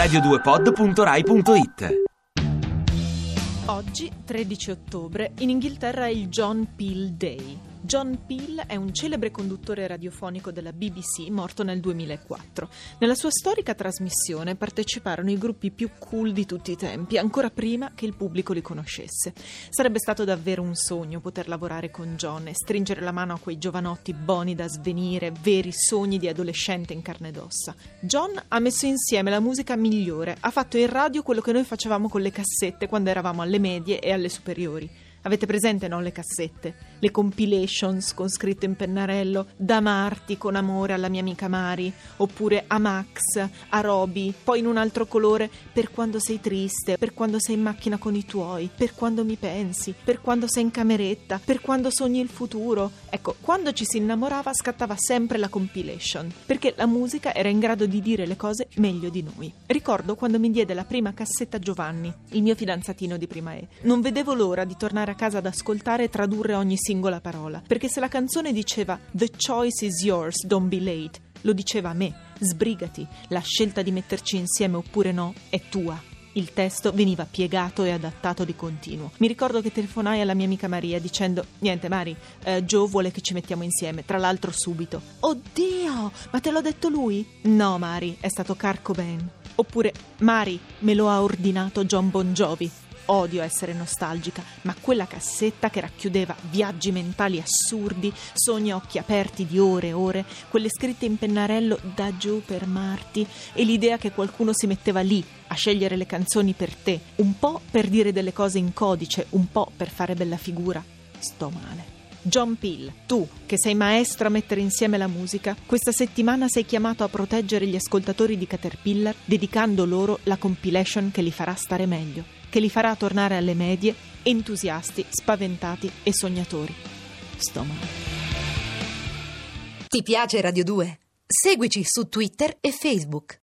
radio2pod.rai.it. Oggi, 13 ottobre, in Inghilterra è il John Peel Day. John Peel è un celebre conduttore radiofonico della BBC, morto nel 2004. Nella sua storica trasmissione parteciparono i gruppi più cool di tutti i tempi, ancora prima che il pubblico li conoscesse. Sarebbe stato davvero un sogno poter lavorare con John e stringere la mano a quei giovanotti boni da svenire, veri sogni di adolescente in carne ed ossa. John ha messo insieme la musica migliore, ha fatto in radio quello che noi facevamo con le cassette quando eravamo alle medie e alle superiori. Avete presente, no, le cassette? Le compilations con scritto in pennarello: da Marti con amore alla mia amica Mari, oppure a Max, a Roby, poi in un altro colore: per quando sei triste, per quando sei in macchina con i tuoi, per quando mi pensi, per quando sei in cameretta, per quando sogni il futuro. Ecco, quando ci si innamorava scattava sempre la compilation, perché la musica era in grado di dire le cose meglio di noi. Ricordo quando mi diede la prima cassetta Giovanni, il mio fidanzatino di prima E. Non vedevo l'ora di tornare a casa ad ascoltare e tradurre ogni singola parola, perché se la canzone diceva "The choice is yours, don't be late", lo diceva a me: sbrigati, la scelta di metterci insieme oppure no è tua. Il testo veniva piegato e adattato di continuo. Mi ricordo che telefonai alla mia amica Maria dicendo: niente Mari, Joe vuole che ci mettiamo insieme, tra l'altro subito. Oddio, ma te l'ha detto lui? No Mari, è stato Kurt Cobain. Oppure: Mari, me lo ha ordinato John Bon Jovi. Odio essere nostalgica, ma quella cassetta che racchiudeva viaggi mentali assurdi, sogni a occhi aperti di ore e ore, quelle scritte in pennarello da giù per Marti, e l'idea che qualcuno si metteva lì a scegliere le canzoni per te, un po' per dire delle cose in codice, un po' per fare bella figura. Sto male. John Peel, tu che sei maestro a mettere insieme la musica, questa settimana sei chiamato a proteggere gli ascoltatori di Caterpillar, dedicando loro la compilation che li farà stare meglio, che li farà tornare alle medie entusiasti, spaventati e sognatori. Sto male. Ti piace Radio 2? Seguici su Twitter e Facebook.